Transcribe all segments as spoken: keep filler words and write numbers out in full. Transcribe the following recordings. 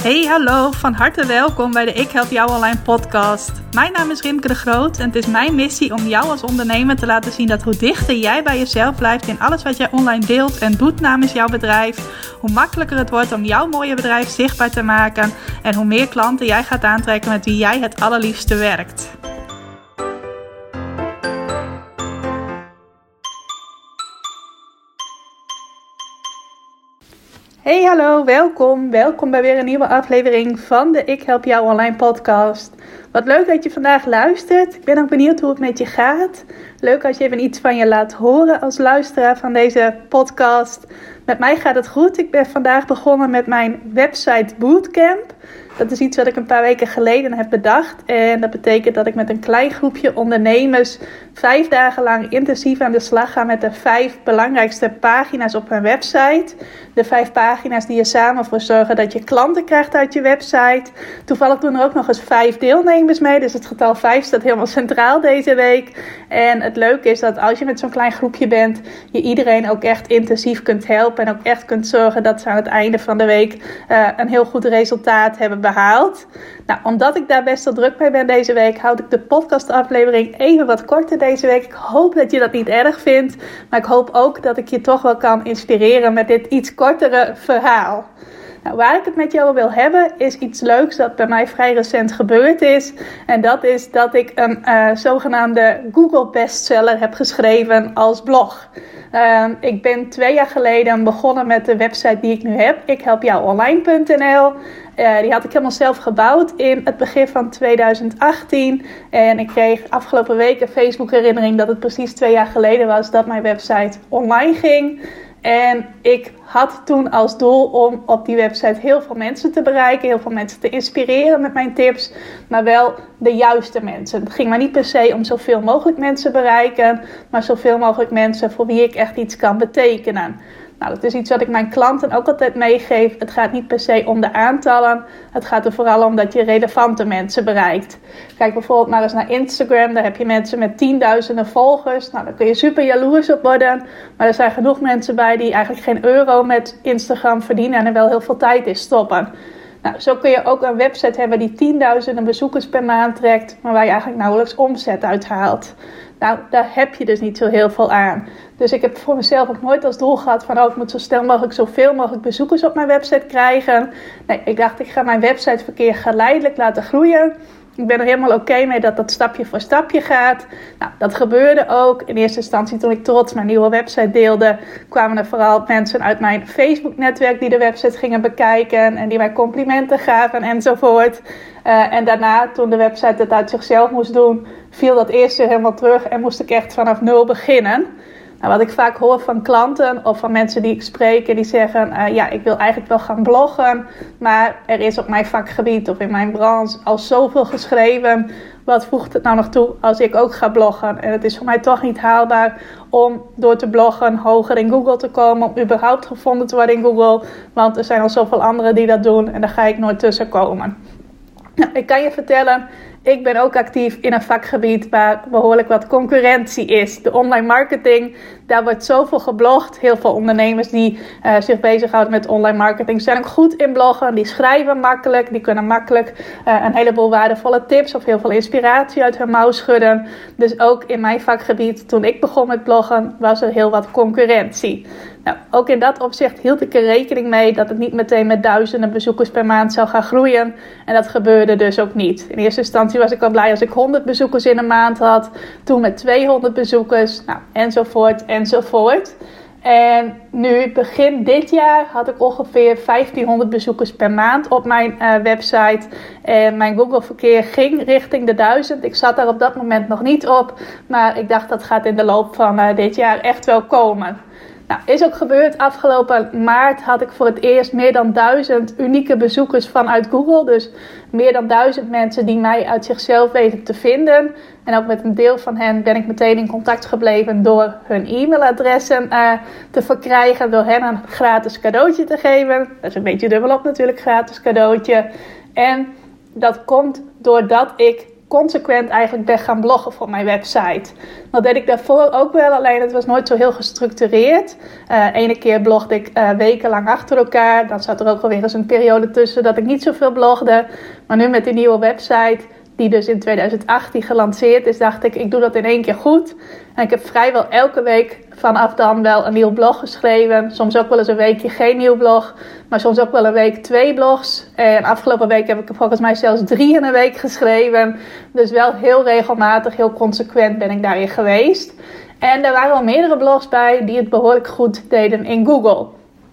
Hey, hallo, van harte welkom bij de Ik Help Jou Online podcast. Mijn naam is Rimke de Groot en het is mijn missie om jou als ondernemer te laten zien dat hoe dichter jij bij jezelf blijft in alles wat jij online deelt en doet namens jouw bedrijf, hoe makkelijker het wordt om jouw mooie bedrijf zichtbaar te maken en hoe meer klanten jij gaat aantrekken met wie jij het allerliefste werkt. Hey, hallo, welkom. Welkom bij weer een nieuwe aflevering van de Ik Help Jou Online podcast. Wat leuk dat je vandaag luistert. Ik ben ook benieuwd hoe het met je gaat. Leuk als je even iets van je laat horen als luisteraar van deze podcast. Met mij gaat het goed. Ik ben vandaag begonnen met mijn website bootcamp. Dat is iets wat ik een paar weken geleden heb bedacht. En dat betekent dat ik met een klein groepje ondernemers vijf dagen lang intensief aan de slag ga met de vijf belangrijkste pagina's op mijn website. De vijf pagina's die er samen voor zorgen dat je klanten krijgt uit je website. Toevallig doen er ook nog eens vijf deelnemers mee. Dus het getal vijf staat helemaal centraal deze week. En het leuke is dat als je met zo'n klein groepje bent, je iedereen ook echt intensief kunt helpen. En ook echt kunt zorgen dat ze aan het einde van de week uh, een heel goed resultaat hebben behaald. Nou, omdat ik daar best wel druk mee ben deze week, houd ik de podcastaflevering even wat korter deze week. Ik hoop dat je dat niet erg vindt, maar ik hoop ook dat ik je toch wel kan inspireren met dit iets kortere verhaal. Nou, waar ik het met jou wil hebben is iets leuks dat bij mij vrij recent gebeurd is. En dat is dat ik een uh, zogenaamde Google bestseller heb geschreven als blog. Uh, ik ben twee jaar geleden begonnen met de website die ik nu heb, ik help jou online punt n l. Uh, die had ik helemaal zelf gebouwd in het begin van tweeduizend achttien. En ik kreeg afgelopen week een Facebook herinnering dat het precies twee jaar geleden was dat mijn website online ging. En ik had toen als doel om op die website heel veel mensen te bereiken, heel veel mensen te inspireren met mijn tips, maar wel de juiste mensen. Het ging maar niet per se om zoveel mogelijk mensen bereiken, maar zoveel mogelijk mensen voor wie ik echt iets kan betekenen. Nou, dat is iets wat ik mijn klanten ook altijd meegeef. Het gaat niet per se om de aantallen. Het gaat er vooral om dat je relevante mensen bereikt. Kijk bijvoorbeeld maar eens naar Instagram. Daar heb je mensen met tienduizenden volgers. Nou, daar kun je super jaloers op worden. Maar er zijn genoeg mensen bij die eigenlijk geen euro met Instagram verdienen en er wel heel veel tijd in stoppen. Nou, zo kun je ook een website hebben die tienduizenden bezoekers per maand trekt, maar waar je eigenlijk nauwelijks omzet uit haalt. Nou, daar heb je dus niet zo heel veel aan. Dus ik heb voor mezelf ook nooit als doel gehad van, oh, ik moet zo snel mogelijk zoveel mogelijk bezoekers op mijn website krijgen. Nee, ik dacht, ik ga mijn websiteverkeer geleidelijk laten groeien. Ik ben er helemaal oké okay mee dat dat stapje voor stapje gaat. Nou, dat gebeurde ook. In eerste instantie toen ik trots mijn nieuwe website deelde, kwamen er vooral mensen uit mijn Facebook-netwerk die de website gingen bekijken en die mij complimenten gaven enzovoort. Uh, en daarna, toen de website het uit zichzelf moest doen, viel dat eerst weer helemaal terug en moest ik echt vanaf nul beginnen. Nou, wat ik vaak hoor van klanten of van mensen die ik spreek, die zeggen, uh, ja, ik wil eigenlijk wel gaan bloggen, maar er is op mijn vakgebied of in mijn branche al zoveel geschreven. Wat voegt het nou nog toe als ik ook ga bloggen? En het is voor mij toch niet haalbaar om door te bloggen hoger in Google te komen, om überhaupt gevonden te worden in Google, want er zijn al zoveel anderen die dat doen en daar ga ik nooit tussen komen. Nou, ik kan je vertellen, ik ben ook actief in een vakgebied waar behoorlijk wat concurrentie is. De online marketing, daar wordt zoveel geblogd. Heel veel ondernemers die uh, zich bezighouden met online marketing zijn ook goed in bloggen. Die schrijven makkelijk, die kunnen makkelijk uh, een heleboel waardevolle tips of heel veel inspiratie uit hun mouw schudden. Dus ook in mijn vakgebied, toen ik begon met bloggen, was er heel wat concurrentie. Nou, ook in dat opzicht hield ik er rekening mee dat het niet meteen met duizenden bezoekers per maand zou gaan groeien. En dat gebeurde dus ook niet. In eerste instantie was ik al blij als ik honderd bezoekers in een maand had. Toen met tweehonderd bezoekers, nou, enzovoort, enzovoort. En nu, begin dit jaar, had ik ongeveer vijftienhonderd bezoekers per maand op mijn uh, website. En mijn Google-verkeer ging richting de duizend. Ik zat daar op dat moment nog niet op. Maar ik dacht, dat gaat in de loop van uh, dit jaar echt wel komen. Nou, is ook gebeurd. Afgelopen maart had ik voor het eerst meer dan duizend unieke bezoekers vanuit Google. Dus meer dan duizend mensen die mij uit zichzelf weten te vinden. En ook met een deel van hen ben ik meteen in contact gebleven door hun e-mailadressen uh, te verkrijgen. Door hen een gratis cadeautje te geven. Dat is een beetje dubbelop natuurlijk, gratis cadeautje. En dat komt doordat ik consequent eigenlijk ben gaan bloggen voor mijn website. Dat deed ik daarvoor ook wel, alleen het was nooit zo heel gestructureerd. Uh, ene keer blogde ik uh, wekenlang achter elkaar. Dan zat er ook alweer eens een periode tussen dat ik niet zoveel blogde. Maar nu met die nieuwe website, die dus in tweeduizend achttien gelanceerd is, dacht ik, ik doe dat in één keer goed. En ik heb vrijwel elke week vanaf dan wel een nieuw blog geschreven. Soms ook wel eens een weekje geen nieuw blog, maar soms ook wel een week twee blogs. En afgelopen week heb ik er volgens mij zelfs drie in een week geschreven. Dus wel heel regelmatig, heel consequent ben ik daarin geweest. En er waren al meerdere blogs bij die het behoorlijk goed deden in Google.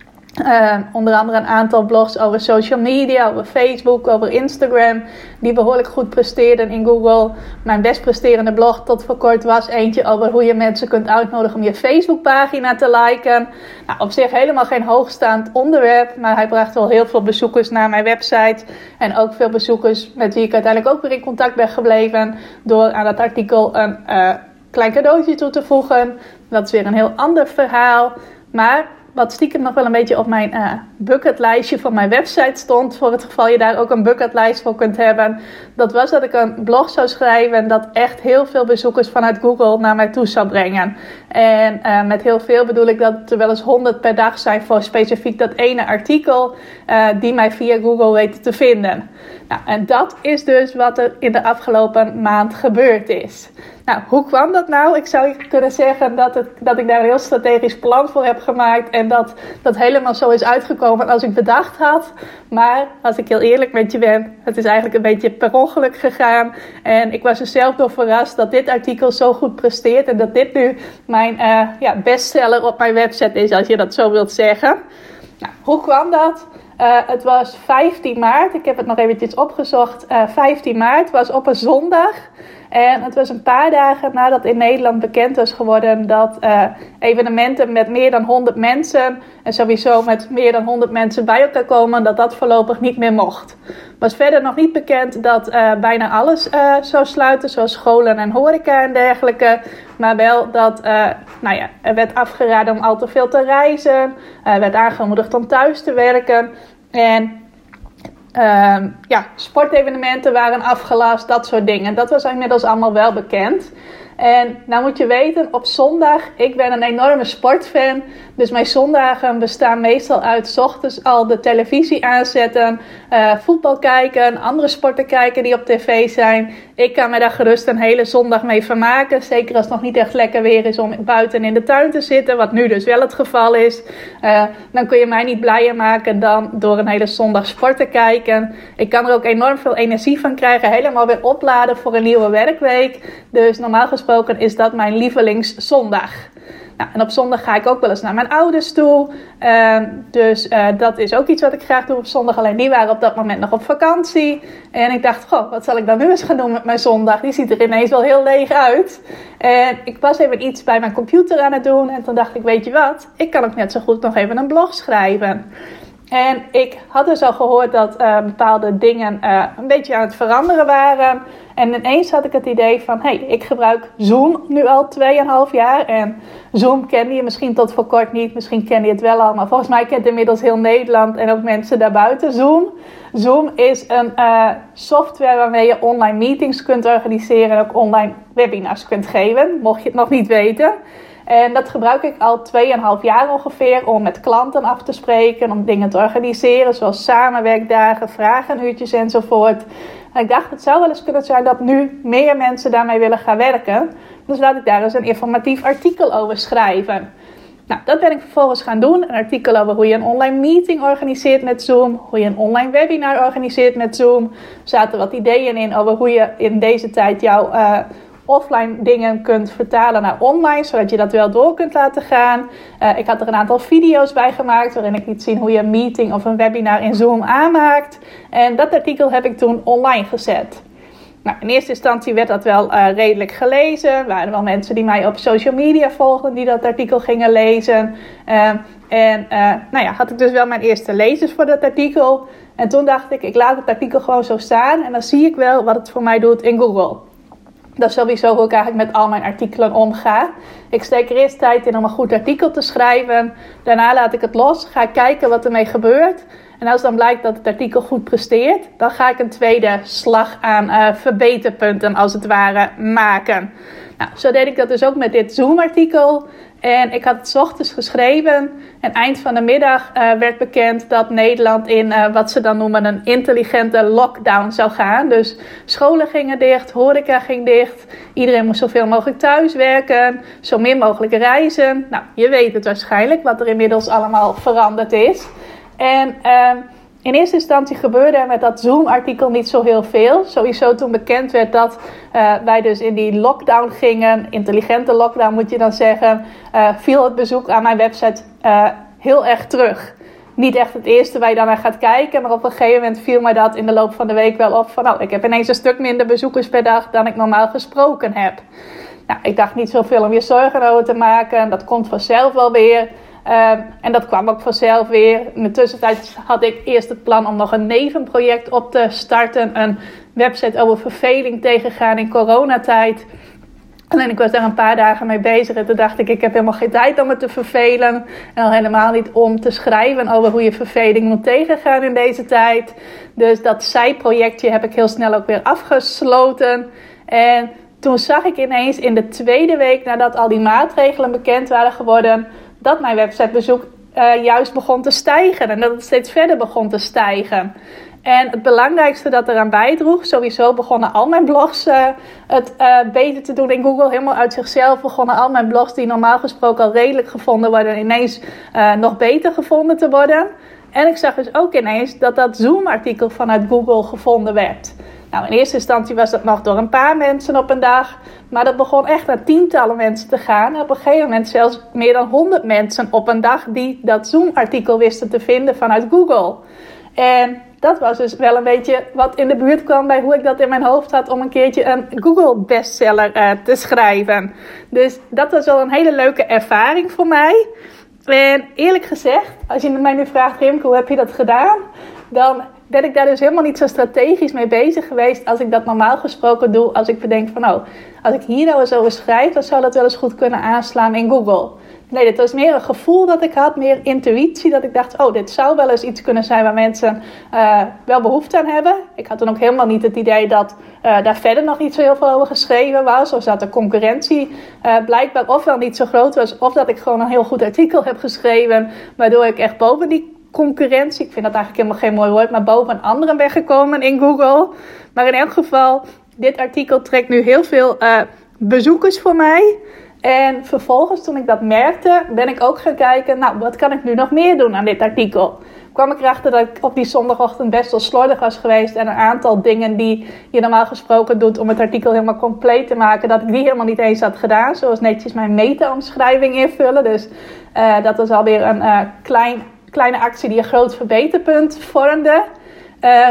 Uh, onder andere een aantal blogs over social media, over Facebook, over Instagram, die behoorlijk goed presteerden in Google. Mijn best presterende blog tot voor kort was eentje over hoe je mensen kunt uitnodigen om je Facebookpagina te liken. Nou, op zich helemaal geen hoogstaand onderwerp, maar hij bracht wel heel veel bezoekers naar mijn website. En ook veel bezoekers met wie ik uiteindelijk ook weer in contact ben gebleven door aan dat artikel een uh, klein cadeautje toe te voegen. Dat is weer een heel ander verhaal, maar wat stiekem nog wel een beetje op mijn uh, bucketlijstje van mijn website stond, voor het geval je daar ook een bucketlijst voor kunt hebben, dat was dat ik een blog zou schrijven dat echt heel veel bezoekers vanuit Google naar mij toe zou brengen. En uh, met heel veel bedoel ik dat er wel eens honderd per dag zijn voor specifiek dat ene artikel uh, die mij via Google weten te vinden. Nou, en dat is dus wat er in de afgelopen maand gebeurd is. Nou, hoe kwam dat nou? Ik zou kunnen zeggen dat, het, dat ik daar een heel strategisch plan voor heb gemaakt en dat dat helemaal zo is uitgekomen als ik bedacht had. Maar als ik heel eerlijk met je ben, het is eigenlijk een beetje per ongeluk gegaan. En ik was er zelf door verrast dat dit artikel zo goed presteert en dat dit nu mijn uh, ja, bestseller op mijn website is, als je dat zo wilt zeggen. Nou, hoe kwam dat? Uh, het was vijftien maart, ik heb het nog eventjes opgezocht. Uh, vijftien maart was op een zondag. En het was een paar dagen nadat in Nederland bekend was geworden dat uh, evenementen met meer dan honderd mensen en sowieso met meer dan honderd mensen bij elkaar komen, dat dat voorlopig niet meer mocht. Was verder nog niet bekend dat uh, bijna alles uh, zou sluiten, zoals scholen en horeca en dergelijke. Maar wel dat uh, nou ja, er werd afgeraden om al te veel te reizen, er uh, werd aangemoedigd om thuis te werken en Uh, ja, sportevenementen waren afgelast, dat soort dingen. Dat was inmiddels allemaal wel bekend. En nou moet je weten, op zondag, ik ben een enorme sportfan. Dus mijn zondagen bestaan meestal uit 's ochtends al de televisie aanzetten, uh, voetbal kijken, andere sporten kijken die op tv zijn. Ik kan me daar gerust een hele zondag mee vermaken. Zeker als het nog niet echt lekker weer is om buiten in de tuin te zitten, wat nu dus wel het geval is. Uh, dan kun je mij niet blijer maken dan door een hele zondag sport te kijken. Ik kan er ook enorm veel energie van krijgen, helemaal weer opladen voor een nieuwe werkweek. Dus normaal gesproken is dat mijn lievelingszondag. Nou, en op zondag ga ik ook wel eens naar mijn ouders toe. Uh, dus uh, dat is ook iets wat ik graag doe op zondag. Alleen die waren op dat moment nog op vakantie. En ik dacht, goh, wat zal ik dan nu eens gaan doen met mijn zondag? Die ziet er ineens wel heel leeg uit. En ik was even iets bij mijn computer aan het doen. En toen dacht ik, weet je wat? Ik kan ook net zo goed nog even een blog schrijven. En ik had dus al gehoord dat uh, bepaalde dingen uh, een beetje aan het veranderen waren. En ineens had ik het idee van, hé, hey, ik gebruik Zoom nu al twee en een half jaar. En Zoom kende je misschien tot voor kort niet, misschien ken je het wel al. Maar volgens mij kent inmiddels heel Nederland en ook mensen daarbuiten Zoom. Zoom is een uh, software waarmee je online meetings kunt organiseren en ook online webinars kunt geven, mocht je het nog niet weten. En dat gebruik ik al twee en een half jaar ongeveer om met klanten af te spreken, om dingen te organiseren, zoals samenwerkdagen, vragenuurtjes enzovoort. En ik dacht, het zou wel eens kunnen zijn dat nu meer mensen daarmee willen gaan werken. Dus laat ik daar eens een informatief artikel over schrijven. Nou, dat ben ik vervolgens gaan doen. Een artikel over hoe je een online meeting organiseert met Zoom. Hoe je een online webinar organiseert met Zoom. Er zaten wat ideeën in over hoe je in deze tijd jouw uh, offline dingen kunt vertalen naar online, zodat je dat wel door kunt laten gaan. Uh, ik had er een aantal video's bij gemaakt waarin ik liet zien hoe je een meeting of een webinar in Zoom aanmaakt. En dat artikel heb ik toen online gezet. Nou, in eerste instantie werd dat wel uh, redelijk gelezen. Er waren wel mensen die mij op social media volgden die dat artikel gingen lezen. Uh, en uh, nou ja, had ik dus wel mijn eerste lezers voor dat artikel. En toen dacht ik, ik laat het artikel gewoon zo staan en dan zie ik wel wat het voor mij doet in Google. Dat is sowieso hoe ik eigenlijk met al mijn artikelen omga. Ik steek er eerst tijd in om een goed artikel te schrijven. Daarna laat ik het los, ga kijken wat ermee gebeurt. En als dan blijkt dat het artikel goed presteert, dan ga ik een tweede slag aan uh, verbeterpunten als het ware maken. Nou, zo deed ik dat dus ook met dit Zoom-artikel. En ik had het 's ochtends geschreven. En eind van de middag uh, werd bekend dat Nederland in uh, wat ze dan noemen een intelligente lockdown zou gaan. Dus scholen gingen dicht, horeca ging dicht. Iedereen moest zoveel mogelijk thuiswerken, zo min mogelijk reizen. Nou, je weet het waarschijnlijk wat er inmiddels allemaal veranderd is. En uh, in eerste instantie gebeurde er met dat Zoom-artikel niet zo heel veel. Sowieso toen bekend werd dat uh, wij dus in die lockdown gingen, intelligente lockdown moet je dan zeggen, uh, viel het bezoek aan mijn website uh, heel erg terug. Niet echt het eerste waar je dan naar gaat kijken, maar op een gegeven moment viel mij dat in de loop van de week wel op van, nou, ik heb ineens een stuk minder bezoekers per dag dan ik normaal gesproken heb. Nou, ik dacht niet zoveel om je zorgen over te maken, dat komt vanzelf wel weer. Uh, en dat kwam ook vanzelf weer. In de tussentijd had ik eerst het plan om nog een nevenproject op te starten. Een website over verveling tegengaan in coronatijd. Alleen ik was daar een paar dagen mee bezig. En toen dacht ik, ik heb helemaal geen tijd om me te vervelen. En al helemaal niet om te schrijven over hoe je verveling moet tegengaan in deze tijd. Dus dat zijprojectje heb ik heel snel ook weer afgesloten. En toen zag ik ineens in de tweede week nadat al die maatregelen bekend waren geworden, dat mijn websitebezoek uh, juist begon te stijgen. En dat het steeds verder begon te stijgen. En het belangrijkste dat eraan bijdroeg, sowieso begonnen al mijn blogs uh, het uh, beter te doen in Google. Helemaal uit zichzelf begonnen al mijn blogs die normaal gesproken al redelijk gevonden worden, ineens uh, nog beter gevonden te worden. En ik zag dus ook ineens dat dat Zoom-artikel vanuit Google gevonden werd. Nou, in eerste instantie was dat nog door een paar mensen op een dag. Maar dat begon echt naar tientallen mensen te gaan. En op een gegeven moment zelfs meer dan honderd mensen op een dag die dat Zoom-artikel wisten te vinden vanuit Google. En dat was dus wel een beetje wat in de buurt kwam bij hoe ik dat in mijn hoofd had om een keertje een Google-bestseller uh, te schrijven. Dus dat was wel een hele leuke ervaring voor mij. En eerlijk gezegd, als je mij nu vraagt, Rimke, hoe heb je dat gedaan? Dan ben ik daar dus helemaal niet zo strategisch mee bezig geweest als ik dat normaal gesproken doe. Als ik bedenk van, oh, als ik hier nou eens over schrijf, dan zou dat wel eens goed kunnen aanslaan in Google. Nee, dit was meer een gevoel dat ik had, meer intuïtie. Dat ik dacht, oh, dit zou wel eens iets kunnen zijn waar mensen uh, wel behoefte aan hebben. Ik had dan ook helemaal niet het idee dat uh, daar verder nog iets zo heel veel over geschreven was. Of dat de concurrentie uh, blijkbaar ofwel niet zo groot was, of dat ik gewoon een heel goed artikel heb geschreven, waardoor ik echt boven die concurrentie, ik vind dat eigenlijk helemaal geen mooi woord, maar boven anderen ben gekomen in Google. Maar in elk geval, dit artikel trekt nu heel veel uh, bezoekers voor mij. En vervolgens, toen ik dat merkte, ben ik ook gaan kijken, nou, wat kan ik nu nog meer doen aan dit artikel? Kwam ik erachter dat ik op die zondagochtend best wel slordig was geweest en een aantal dingen die je normaal gesproken doet om het artikel helemaal compleet te maken, dat ik die helemaal niet eens had gedaan. Zoals netjes mijn meta-omschrijving invullen. Dus uh, dat was alweer een uh, klein, kleine actie die een groot verbeterpunt vormde. Uh,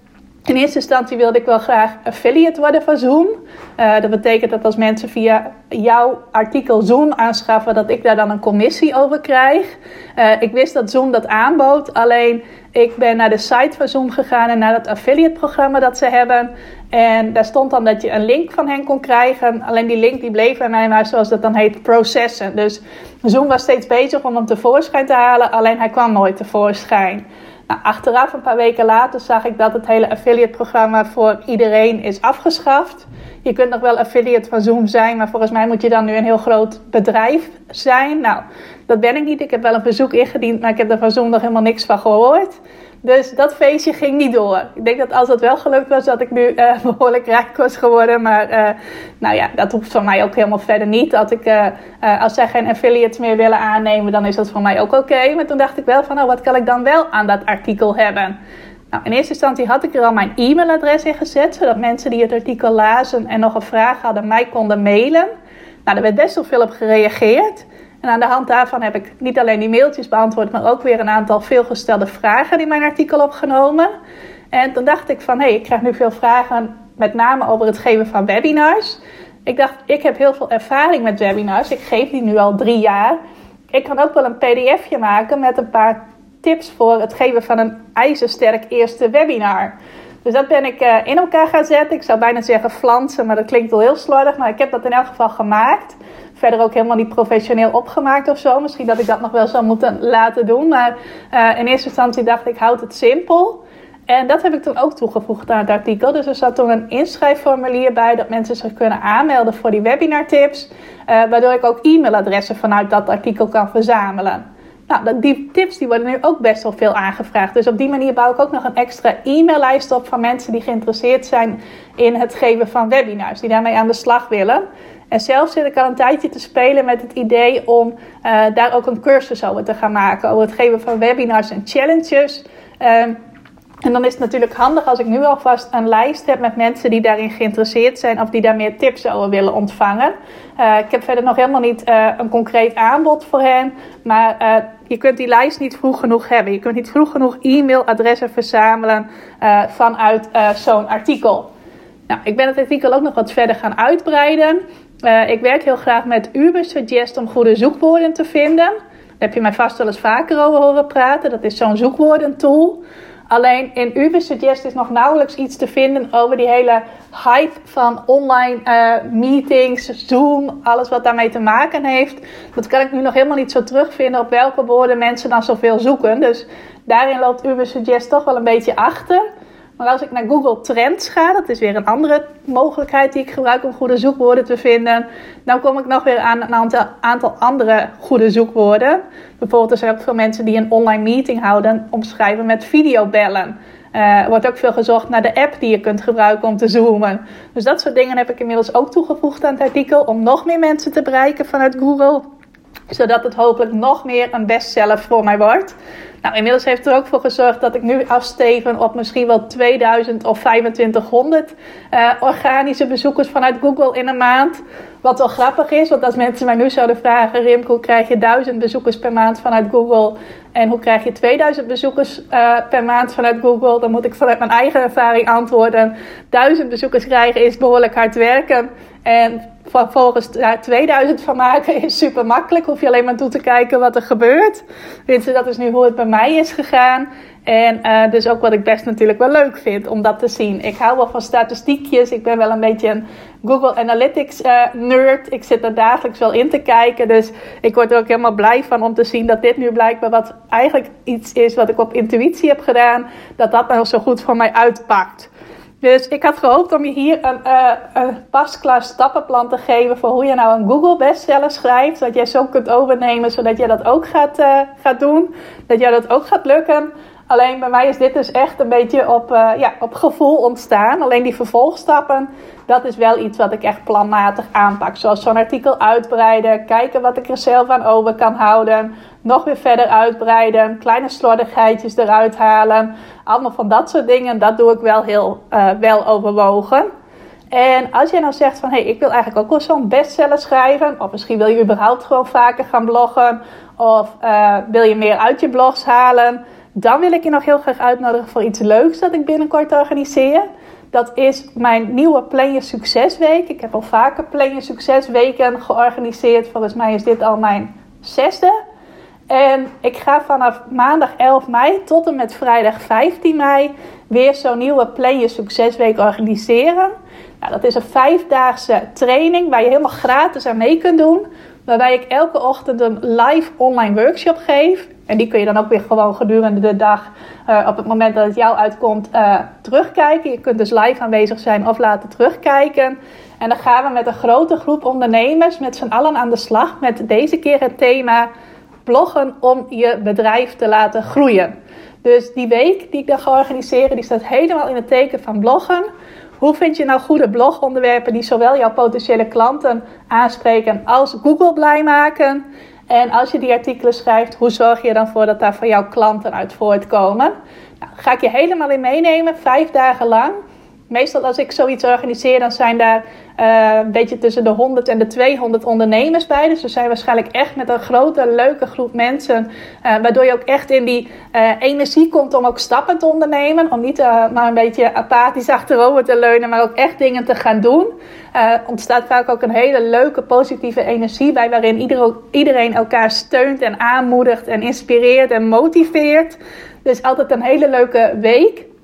In eerste instantie wilde ik wel graag affiliate worden van Zoom. Uh, dat betekent dat als mensen via jouw artikel Zoom aanschaffen, dat ik daar dan een commissie over krijg. Uh, ik wist dat Zoom dat aanbood, alleen ik ben naar de site van Zoom gegaan en naar het affiliate programma dat ze hebben. En daar stond dan dat je een link van hen kon krijgen. Alleen die link die bleef bij mij maar, zoals dat dan heet, processen. Dus Zoom was steeds bezig om hem tevoorschijn te halen, alleen hij kwam nooit tevoorschijn. Nou, achteraf, een paar weken later, zag ik dat het hele affiliate-programma voor iedereen is afgeschaft. Je kunt nog wel affiliate van Zoom zijn, maar volgens mij moet je dan nu een heel groot bedrijf zijn. Nou, dat ben ik niet. Ik heb wel een verzoek ingediend, maar ik heb er van Zoom nog helemaal niks van gehoord. Dus dat feestje ging niet door. Ik denk dat als dat wel gelukt was, dat ik nu uh, behoorlijk rijk was geworden. Maar uh, nou ja, dat hoeft van mij ook helemaal verder niet. Dat ik, uh, uh, als zij geen affiliates meer willen aannemen, dan is dat voor mij ook oké. Okay. Maar toen dacht ik wel van, nou, wat kan ik dan wel aan dat artikel hebben? Nou, in eerste instantie had ik er al mijn e-mailadres in gezet, zodat mensen die het artikel lazen en nog een vraag hadden, mij konden mailen. Nou, daar werd best wel veel op gereageerd. En aan de hand daarvan heb ik niet alleen die mailtjes beantwoord, maar ook weer een aantal veelgestelde vragen in mijn artikel opgenomen. En toen dacht ik van, hé, hey, ik krijg nu veel vragen, met name over het geven van webinars. Ik dacht, ik heb heel veel ervaring met webinars. Ik geef die nu al drie jaar. Ik kan ook wel een pdfje maken met een paar tips voor het geven van een ijzersterk eerste webinar. Dus dat ben ik uh, in elkaar gaan zetten. Ik zou bijna zeggen flansen, maar dat klinkt wel heel slordig. Maar ik heb dat in elk geval gemaakt. Verder ook helemaal niet professioneel opgemaakt of zo. Misschien dat ik dat nog wel zou moeten laten doen. Maar uh, in eerste instantie dacht ik, houd het simpel. En dat heb ik toen ook toegevoegd aan het artikel. Dus er zat toen een inschrijfformulier bij dat mensen zich kunnen aanmelden voor die webinartips. Uh, waardoor ik ook e-mailadressen vanuit dat artikel kan verzamelen. Nou, die tips die worden nu ook best wel veel aangevraagd. Dus op die manier bouw ik ook nog een extra e-maillijst op van mensen die geïnteresseerd zijn in het geven van webinars. Die daarmee aan de slag willen. En zelf zit ik al een tijdje te spelen met het idee om uh, daar ook een cursus over te gaan maken. Over het geven van webinars en challenges. Um, En dan is het natuurlijk handig als ik nu alvast een lijst heb met mensen die daarin geïnteresseerd zijn of die daar meer tips over willen ontvangen. Uh, ik heb verder nog helemaal niet uh, een concreet aanbod voor hen, maar uh, je kunt die lijst niet vroeg genoeg hebben. Je kunt niet vroeg genoeg e-mailadressen verzamelen uh, vanuit uh, zo'n artikel. Nou, ik ben het artikel ook nog wat verder gaan uitbreiden. Uh, ik werk heel graag met Ubersuggest om goede zoekwoorden te vinden. Daar heb je mij vast wel eens vaker over horen praten. Dat is zo'n zoekwoordentool. Alleen in Ubersuggest is nog nauwelijks iets te vinden over die hele hype van online uh, meetings, Zoom, alles wat daarmee te maken heeft. Dat kan ik nu nog helemaal niet zo terugvinden op welke woorden mensen dan zoveel zoeken. Dus daarin loopt Ubersuggest toch wel een beetje achter. Maar als ik naar Google Trends ga, dat is weer een andere mogelijkheid die ik gebruik om goede zoekwoorden te vinden. Dan kom ik nog weer aan een aantal, aantal andere goede zoekwoorden. Bijvoorbeeld er zijn ook veel mensen die een online meeting houden, omschrijven met videobellen. Uh, er wordt ook veel gezocht naar de app die je kunt gebruiken om te zoomen. Dus dat soort dingen heb ik inmiddels ook toegevoegd aan het artikel om nog meer mensen te bereiken vanuit Google. Zodat het hopelijk nog meer een bestseller voor mij wordt. Nou, inmiddels heeft het er ook voor gezorgd dat ik nu afsteven op misschien wel tweeduizend of vijfentwintighonderd uh, organische bezoekers vanuit Google in een maand. Wat wel grappig is, want als mensen mij nu zouden vragen, Rimke, hoe krijg je duizend bezoekers per maand vanuit Google? En hoe krijg je tweeduizend bezoekers uh, per maand vanuit Google? Dan moet ik vanuit mijn eigen ervaring antwoorden. duizend bezoekers krijgen is behoorlijk hard werken. En vervolgens daar tweeduizend van maken is super makkelijk. Hoef je alleen maar toe te kijken wat er gebeurt. Tenminste, dat is nu hoe het bij mij is gegaan. En uh, dus ook wat ik best natuurlijk wel leuk vind om dat te zien. Ik hou wel van statistiekjes. Ik ben wel een beetje een Google Analytics uh, nerd. Ik zit er dagelijks wel in te kijken. Dus ik word er ook helemaal blij van om te zien dat dit nu blijkbaar wat eigenlijk iets is wat ik op intuïtie heb gedaan. Dat dat nou zo goed voor mij uitpakt. Dus ik had gehoopt om je hier een, uh, een pasklaar stappenplan te geven voor hoe je nou een Google bestseller schrijft. Dat jij zo kunt overnemen, zodat jij dat ook gaat, uh, gaat doen. Dat jij dat ook gaat lukken. Alleen bij mij is dit dus echt een beetje op, uh, ja, op gevoel ontstaan. Alleen die vervolgstappen, dat is wel iets wat ik echt planmatig aanpak. Zoals zo'n artikel uitbreiden, kijken wat ik er zelf aan over kan houden. Nog weer verder uitbreiden, kleine slordigheidjes eruit halen. Allemaal van dat soort dingen, dat doe ik wel heel uh, wel overwogen. En als jij nou zegt van, hé, hey, ik wil eigenlijk ook wel zo'n bestseller schrijven. Of misschien wil je überhaupt gewoon vaker gaan bloggen. Of uh, wil je meer uit je blogs halen. Dan wil ik je nog heel graag uitnodigen voor iets leuks dat ik binnenkort organiseer. Dat is mijn nieuwe Plan Je Succesweek. Ik heb al vaker Plan Je Succesweken georganiseerd. Volgens mij is dit al mijn zesde. En ik ga vanaf maandag elf mei tot en met vrijdag vijftien mei weer zo'n nieuwe Plan Je Succesweek organiseren. Nou, dat is een vijfdaagse training waar je helemaal gratis aan mee kunt doen. Waarbij ik elke ochtend een live online workshop geef. En die kun je dan ook weer gewoon gedurende de dag, uh, op het moment dat het jou uitkomt, uh, terugkijken. Je kunt dus live aanwezig zijn of laten terugkijken. En dan gaan we met een grote groep ondernemers met z'n allen aan de slag met deze keer het thema bloggen om je bedrijf te laten groeien. Dus die week die ik dan ga organiseren, die staat helemaal in het teken van bloggen. Hoe vind je nou goede blogonderwerpen die zowel jouw potentiële klanten aanspreken als Google blij maken? En als je die artikelen schrijft, hoe zorg je dan voor dat daar voor jouw klanten uit voortkomen? Nou, ga ik je helemaal in meenemen, vijf dagen lang. Meestal als ik zoiets organiseer, dan zijn daar uh, een beetje tussen de honderd en de tweehonderd ondernemers bij. Dus we zijn waarschijnlijk echt met een grote, leuke groep mensen. Uh, waardoor je ook echt in die uh, energie komt om ook stappen te ondernemen. Om niet uh, maar een beetje apathisch achterover te leunen, maar ook echt dingen te gaan doen. Uh, ontstaat vaak ook een hele leuke, positieve energie bij. Waarin ieder, iedereen elkaar steunt en aanmoedigt en inspireert en motiveert. Dus altijd een hele leuke week.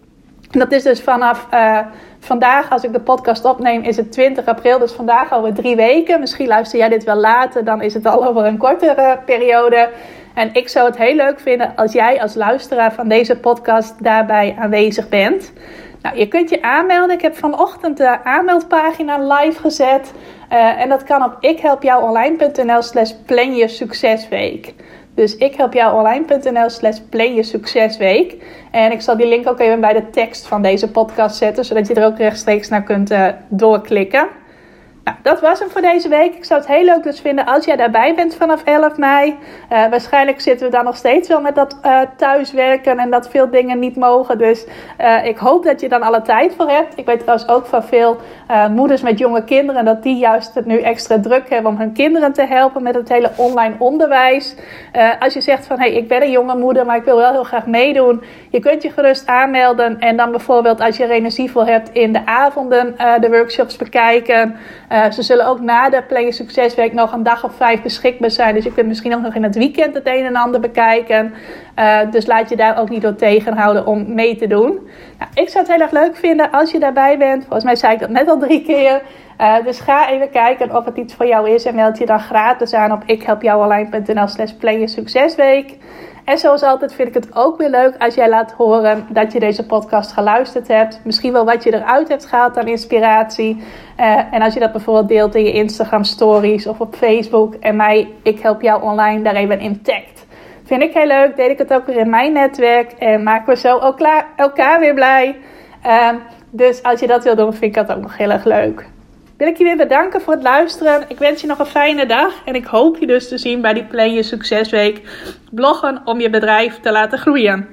Dat is dus vanaf uh, vandaag, als ik de podcast opneem, is het twintig april. Dus vandaag alweer drie weken. Misschien luister jij dit wel later, dan is het al over een kortere periode. En ik zou het heel leuk vinden als jij als luisteraar van deze podcast daarbij aanwezig bent. Nou, je kunt je aanmelden. Ik heb vanochtend de aanmeldpagina live gezet. Uh, en dat kan op ikhelpjouonline.nl slash plan je succesweek. Dus ikhelpjouonline.nl slash plan je succesweek. En ik zal die link ook even bij de tekst van deze podcast zetten, zodat je er ook rechtstreeks naar kunt uh, doorklikken. Nou, dat was hem voor deze week. Ik zou het heel leuk dus vinden als jij daarbij bent vanaf elf mei. Uh, waarschijnlijk zitten we dan nog steeds wel met dat uh, thuiswerken en dat veel dingen niet mogen. Dus uh, ik hoop dat je dan alle tijd voor hebt. Ik weet trouwens ook van veel uh, moeders met jonge kinderen dat die juist het nu extra druk hebben om hun kinderen te helpen met het hele online onderwijs. Uh, als je zegt van hey, ik ben een jonge moeder, maar ik wil wel heel graag meedoen. Je kunt je gerust aanmelden en dan bijvoorbeeld als je er energie voor hebt in de avonden uh, de workshops bekijken. Uh, ze zullen ook na de Plan Je Succesweek nog een dag of vijf beschikbaar zijn. Dus je kunt misschien ook nog in het weekend het een en ander bekijken. Uh, dus laat je daar ook niet door tegenhouden om mee te doen. Nou, ik zou het heel erg leuk vinden als je daarbij bent. Volgens mij zei ik dat net al drie keer. Uh, dus ga even kijken of het iets voor jou is. En meld je dan gratis aan op ikhelpjouonline.nl slash plan je succesweek. En zoals altijd vind ik het ook weer leuk als jij laat horen dat je deze podcast geluisterd hebt. Misschien wel wat je eruit hebt gehaald aan inspiratie. Uh, en als je dat bijvoorbeeld deelt in je Instagram stories of op Facebook. En mij, Ik Help Jou Online, daar even in tagt. Vind ik heel leuk. Deel ik het ook weer in mijn netwerk. En maken we zo ook elkaar weer blij. Uh, dus als je dat wil doen, vind ik dat ook nog heel erg leuk. Wil ik je weer bedanken voor het luisteren. Ik wens je nog een fijne dag. En ik hoop je dus te zien bij die Plan Je Succesweek. Bloggen om je bedrijf te laten groeien.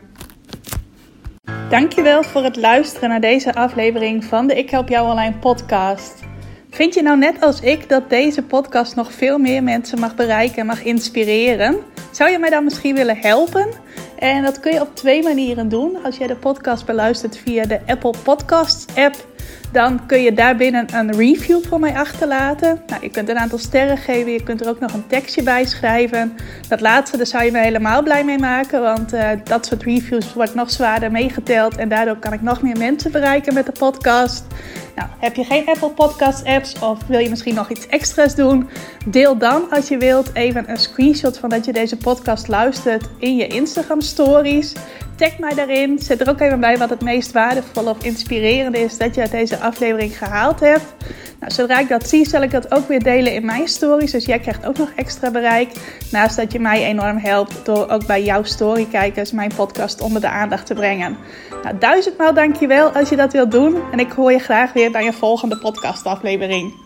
Dankjewel voor het luisteren naar deze aflevering van de Ik Help Jou Online podcast. Vind je nou net als ik dat deze podcast nog veel meer mensen mag bereiken en mag inspireren? Zou je mij dan misschien willen helpen? En dat kun je op twee manieren doen. Als jij de podcast beluistert via de Apple Podcasts app, dan kun je daarbinnen een review voor mij achterlaten. Nou, je kunt een aantal sterren geven. Je kunt er ook nog een tekstje bij schrijven. Dat laatste, daar zou je me helemaal blij mee maken. Want uh, dat soort reviews wordt nog zwaarder meegeteld. En daardoor kan ik nog meer mensen bereiken met de podcast. Nou, heb je geen Apple Podcast apps of wil je misschien nog iets extra's doen? Deel dan, als je wilt, even een screenshot van dat je deze podcast luistert in je Instagram stories. Tag mij daarin. Zet er ook even bij wat het meest waardevolle of inspirerende is dat je uit deze aflevering gehaald hebt. Nou, zodra ik dat zie, zal ik dat ook weer delen in mijn stories. Dus jij krijgt ook nog extra bereik. Naast dat je mij enorm helpt door ook bij jouw storykijkers mijn podcast onder de aandacht te brengen. Nou, duizendmaal dankjewel als je dat wilt doen. En ik hoor je graag weer bij een volgende podcastaflevering.